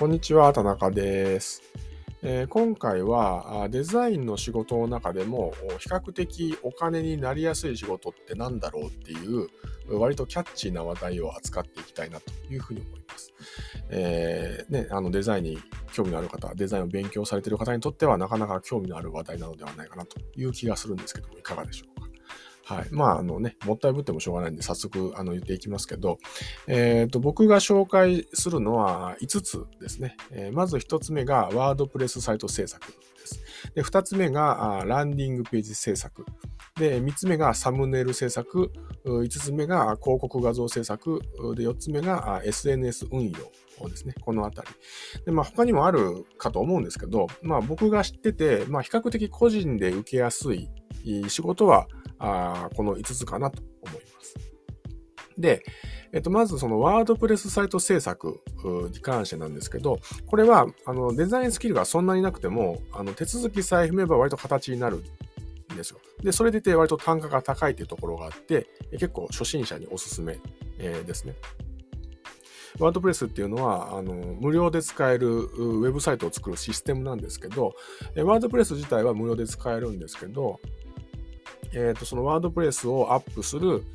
こんにちは、田中です。今回はデザインの仕事の中でも比較的お金になりやすい仕事って何だろうっていう割とキャッチーな話題を扱っていきたいなというふうに思います。デザインに興味のある方、デザインを勉強されている方にとってはなかなか興味のある話題なのではないかなという気がするんですけども、いかがでしょうか。はい。もったいぶってもしょうがないんで、早速、言っていきますけど、僕が紹介するのは5つですね。まず1つ目がワードプレスサイト制作です。で、2つ目がランディングページ制作。で、3つ目がサムネイル制作。5つ目が広告画像制作。で、4つ目がSNS 運用ですね。このあたり。で、他にもあるかと思うんですけど、僕が知ってて、比較的個人で受けやすい仕事は、この5つかなと思います。で、まずそのワードプレスサイト制作に関してなんですけど、これはデザインスキルがそんなになくても、手続きさえ踏めば割と形になるんですよ。で、それでいて割と単価が高いというところがあって、結構初心者におすすめですね。ワードプレスっていうのは無料で使えるウェブサイトを作るシステムなんですけど、ワードプレス自体は無料で使えるんですけど、そのワードプレスをアップする、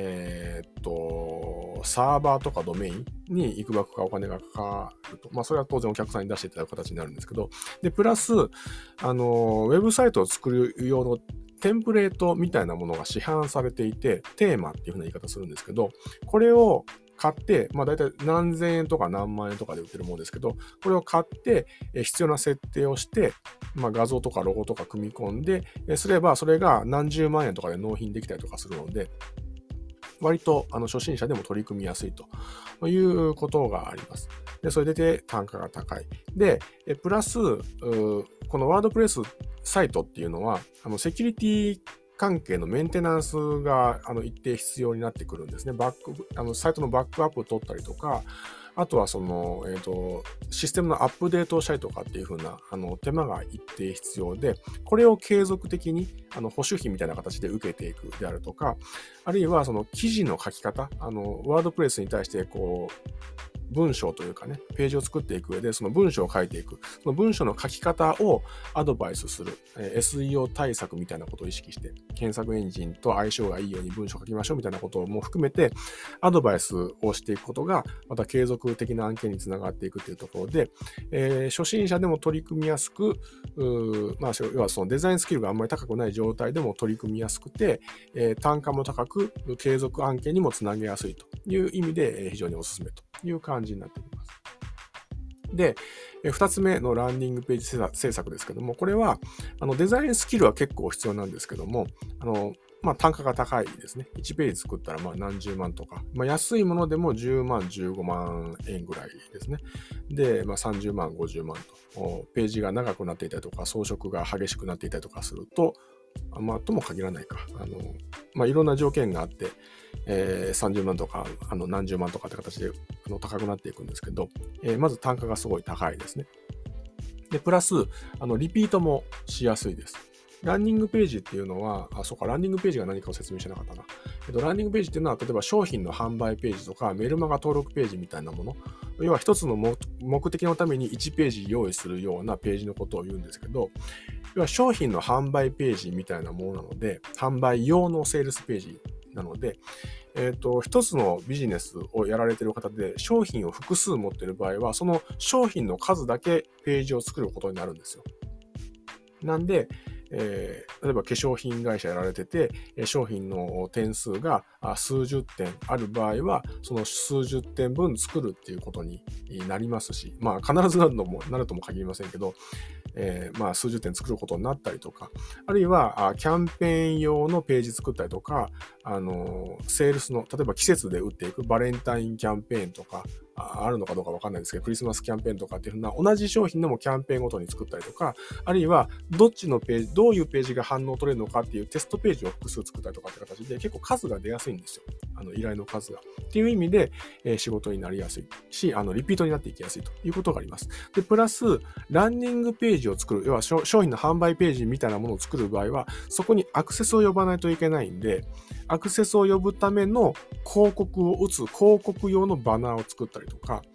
サーバーとかドメインにいくばくかお金がかかると。それは当然お客さんに出していただく形になるんですけど、で、プラス、ウェブサイトを作る用のテンプレートみたいなものが市販されていて、テーマっていう風な言い方するんですけど、これを買って、だいたい何千円とか何万円とかで売ってるものですけど、これを買って、必要な設定をして、画像とかロゴとか組み込んで、すればそれが何十万円とかで納品できたりとかするので、割と初心者でも取り組みやすいということがあります。で、それで単価が高い。で、プラス、このワードプレスサイトっていうのは、セキュリティ関係のメンテナンスが一定必要になってくるんですね。サイトのバックアップを取ったりとか、あとはシステムのアップデートをしたりとかっていう風な手間が一定必要で、これを継続的に保守費みたいな形で受けていくであるとか、あるいは記事の書き方、ワードプレスに対して文章というかね、ページを作っていく上で、その文章を書いていく。その文章の書き方をアドバイスする。SEO 対策みたいなことを意識して、検索エンジンと相性がいいように文章を書きましょうみたいなことも含めて、アドバイスをしていくことが、また継続的な案件につながっていくというところで、初心者でも取り組みやすく、要はそのデザインスキルがあんまり高くない状態でも取り組みやすくて、単価も高く、継続案件にもつなげやすいという意味で、非常におすすめという感じになっています。で、2つ目のランディングページ制作ですけども、これはデザインスキルは結構必要なんですけども、単価が高いですね。1ページ作ったら何十万とか、安いものでも10万、15万円ぐらいですね。で、30万、50万と、ページが長くなっていたりとか、装飾が激しくなっていたりとかすると、とも限らないか。いろんな条件があって、30万とか、何十万とかって形で高くなっていくんですけど、まず単価がすごい高いですね。で、プラス、リピートもしやすいです。ランディングページっていうのは、ランディングページが何かを説明してなかったな。ランディングページっていうのは、例えば商品の販売ページとか、メルマガ登録ページみたいなもの。要は一つの目的のために1ページ用意するようなページのことを言うんですけど、要は商品の販売ページみたいなものなので、販売用のセールスページなので、一つのビジネスをやられている方で商品を複数持っている場合は、その商品の数だけページを作ることになるんですよ。なんで、例えば化粧品会社やられてて、商品の点数が数十点ある場合は、その数十点分作るっていうことになりますし、必ずなるとも限りませんけど、数十点作ることになったりとか、あるいはキャンペーン用のページ作ったりとか、セールスの、例えば季節で売っていくバレンタインキャンペーンとか、あるのかどうかわかんないですけど、クリスマスキャンペーンとかっていうふうな、同じ商品でもキャンペーンごとに作ったりとか、あるいはどういうページが反応を取れるのかっていうテストページを複数作ったりとかって形で、結構数が出やすいんですよ。依頼の数が。っていう意味で、仕事になりやすいし、リピートになっていきやすいということがあります。で、プラス、ランディングページを作る、要は商品の販売ページみたいなものを作る場合は、そこにアクセスを呼ばないといけないんで、アクセスを呼ぶための広告を打つ広告用のバナーを作ったりとか、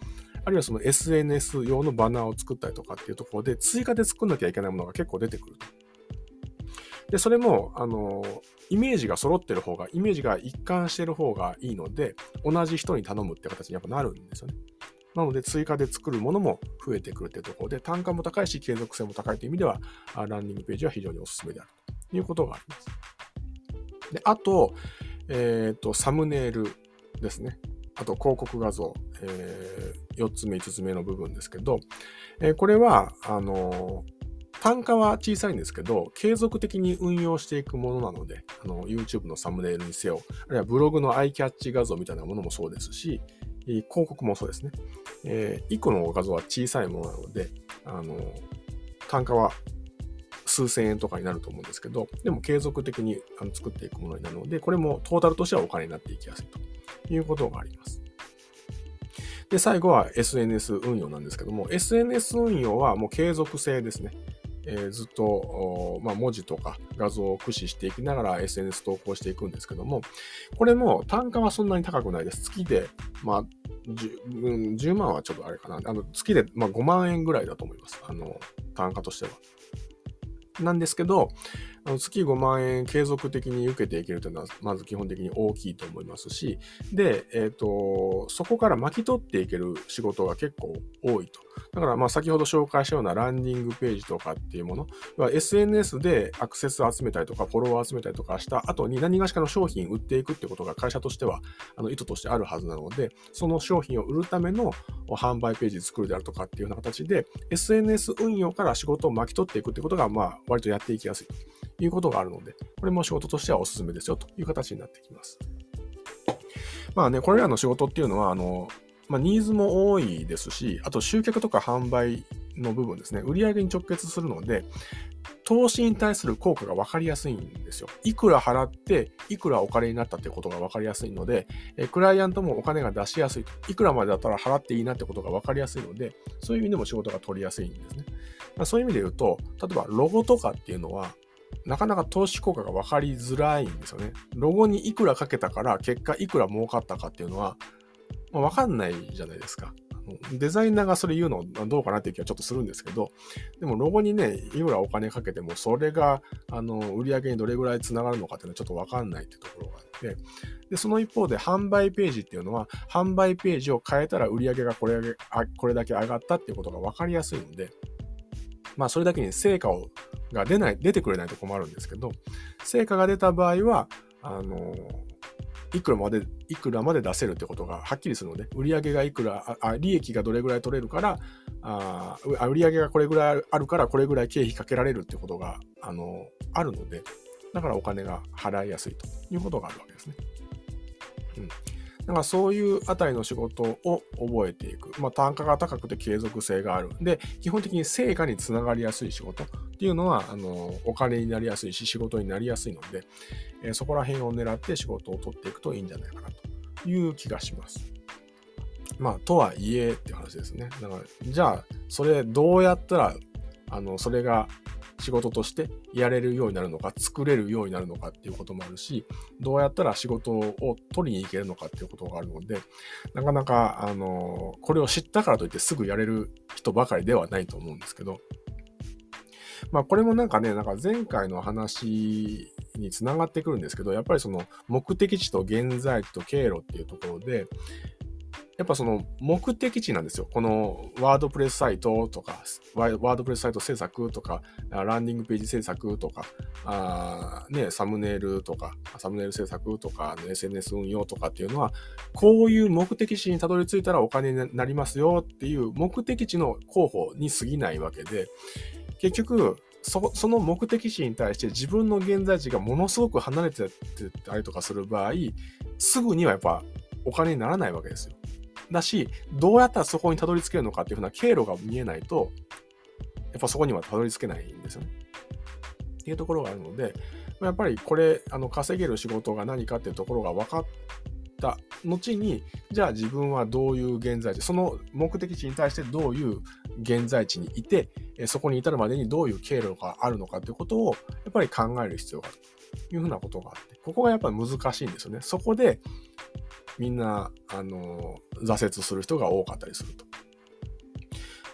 あるいはその SNS 用のバナーを作ったりとかっていうところで、追加で作んなきゃいけないものが結構出てくると。で、それも、イメージが揃ってる方が、イメージが一貫してる方がいいので、同じ人に頼むって形にやっぱなるんですよね。なので、追加で作るものも増えてくるっていうところで、単価も高いし、継続性も高いという意味では、ランディングページは非常におすすめであるということがあります。で、あと、サムネイルですね。あと、広告画像、4つ目、5つ目の部分ですけど、これは、単価は小さいんですけど、継続的に運用していくものなので、YouTube のサムネイルにせよ、あるいはブログのアイキャッチ画像みたいなものもそうですし、広告もそうですね。1個の画像は小さいものなので、単価は数千円とかになると思うんですけど、でも継続的に作っていくものになるので、これもトータルとしてはお金になっていきやすいということがあります。で、最後は SNS 運用なんですけども、SNS 運用はもう継続性ですね。ずっと、文字とか画像を駆使していきながら SNS 投稿していくんですけども、これも単価はそんなに高くないです。月で、10万はちょっとあれかな。月で、5万円ぐらいだと思います。単価としては。なんですけど、月5万円継続的に受けていけるというのは、まず基本的に大きいと思いますし、で、そこから巻き取っていける仕事が結構多いと。だから、先ほど紹介したようなランディングページとかっていうものは、SNS でアクセス集めたりとか、フォロワー集めたりとかした後に何がしかの商品売っていくってことが会社としては、意図としてあるはずなので、その商品を売るための販売ページ作るであるとかっていうような形で、SNS 運用から仕事を巻き取っていくってことが、割とやっていきやすいということがあるので、これも仕事としてはお勧めですよという形になってきます。これらの仕事っていうのは、ニーズも多いですし、あと集客とか販売の部分ですね、売上に直結するので、投資に対する効果が分かりやすいんですよ。いくら払って、いくらお金になったってことが分かりやすいので、クライアントもお金が出しやすいと。いくらまでだったら払っていいなってことが分かりやすいので、そういう意味でも仕事が取りやすいんですね。そういう意味で言うと、例えばロゴとかっていうのは、なかなか投資効果が分かりづらいんですよね。ロゴにいくらかけたから結果いくら儲かったかっていうのは、分かんないじゃないですか。デザイナーがそれ言うのどうかなっていう気はちょっとするんですけど、でもロゴにね、いくらお金かけても、それが売り上げにどれぐらいつながるのかっていうのはちょっと分かんないっていうところがあって、で、その一方で販売ページっていうのは、販売ページを変えたら売り上げがこれだけ上がったっていうことが分かりやすいので、それだけに成果が出てくれないと困るんですけど、成果が出た場合は、いくらまで出せるってことがはっきりするので、売上が利益がどれぐらい取れるから、売上がこれぐらいあるからこれぐらい経費かけられるってことが、あるので、だからお金が払いやすいということがあるわけですね。だからそういうあたりの仕事を覚えていく。単価が高くて継続性がある。で、基本的に成果につながりやすい仕事っていうのは、お金になりやすいし、仕事になりやすいので、そこら辺を狙って仕事を取っていくといいんじゃないかなという気がします。とはいえっていう話ですね。だから、じゃあ、それどうやったら、それが仕事としてやれるようになるのか、作れるようになるのかっていうこともあるし、どうやったら仕事を取りに行けるのかっていうことがあるので、なかなか、これを知ったからといってすぐやれる人ばかりではないと思うんですけど、これもなんか前回の話につながってくるんですけど、やっぱりその目的地と現在地と経路っていうところで、やっぱその目的地なんですよ。このワードプレスサイトとか、ワードプレスサイト制作とか、ランディングページ制作とか、サムネイル制作とか、SNS 運用とかっていうのは、こういう目的地にたどり着いたらお金になりますよっていう目的地の候補に過ぎないわけで、結局、その目的地に対して自分の現在地がものすごく離れてたりとかする場合、すぐにはやっぱお金にならないわけですよ。だし、どうやったらそこにたどり着けるのかっていうふうな経路が見えないと、やっぱそこにはたどり着けないんですよね。っていうところがあるので、やっぱりこれ、稼げる仕事が何かっていうところが分かった後に、じゃあ自分はどういう現在地、その目的地に対してどういう現在地にいて、そこに至るまでにどういう経路があるのかということを、やっぱり考える必要があるというふうなことがあって、ここがやっぱり難しいんですよね。そこで、みんな、挫折する人が多かったりすると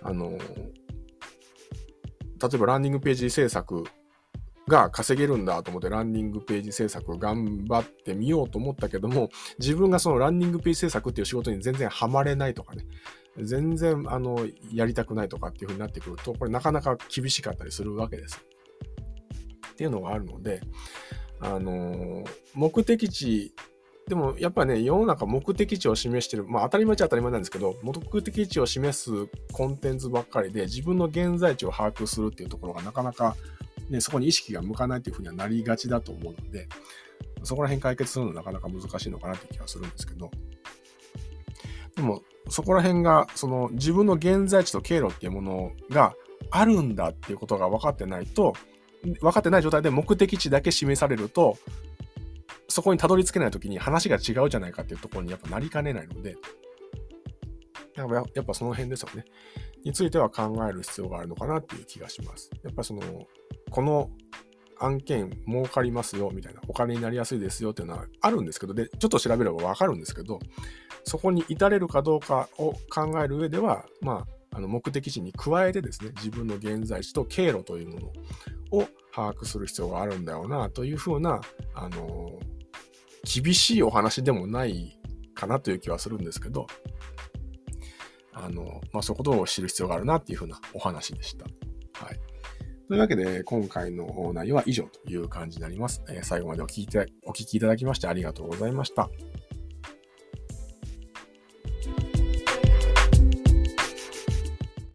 例えばランディングページ制作が稼げるんだと思ってランディングページ制作を頑張ってみようと思ったけども、自分がそのランディングページ制作っていう仕事に全然ハマれないとかね、全然やりたくないとかっていう風になってくると、これなかなか厳しかったりするわけです。っていうのがあるので、目的地、でもやっぱりね、世の中目的地を示してる、まあ当たり前っちゃ当たり前なんですけど、目的地を示すコンテンツばっかりで自分の現在地を把握するっていうところがなかなかね、そこに意識が向かないというふうにはなりがちだと思うので、そこら辺解決するのはなかなか難しいのかなって気がするんですけど、でもそこら辺がその自分の現在地と経路っていうものがあるんだっていうことが分かってない状態で目的地だけ示されると、そこにたどり着けないときに話が違うじゃないかっていうところにやっぱなりかねないので、やっぱその辺ですよね。については考える必要があるのかなっていう気がします。やっぱこの案件儲かりますよみたいな、お金になりやすいですよっていうのはあるんですけど、で、ちょっと調べればわかるんですけど、そこに至れるかどうかを考える上では、目的地に加えてですね、自分の現在地と経路というものを把握する必要があるんだよな、というふうな、厳しいお話でもないかなという気はするんですけど、そういうことを知る必要があるなっていうふうなお話でした。はい。というわけで、今回の内容は以上という感じになります。最後までお聞きいただきましてありがとうございました。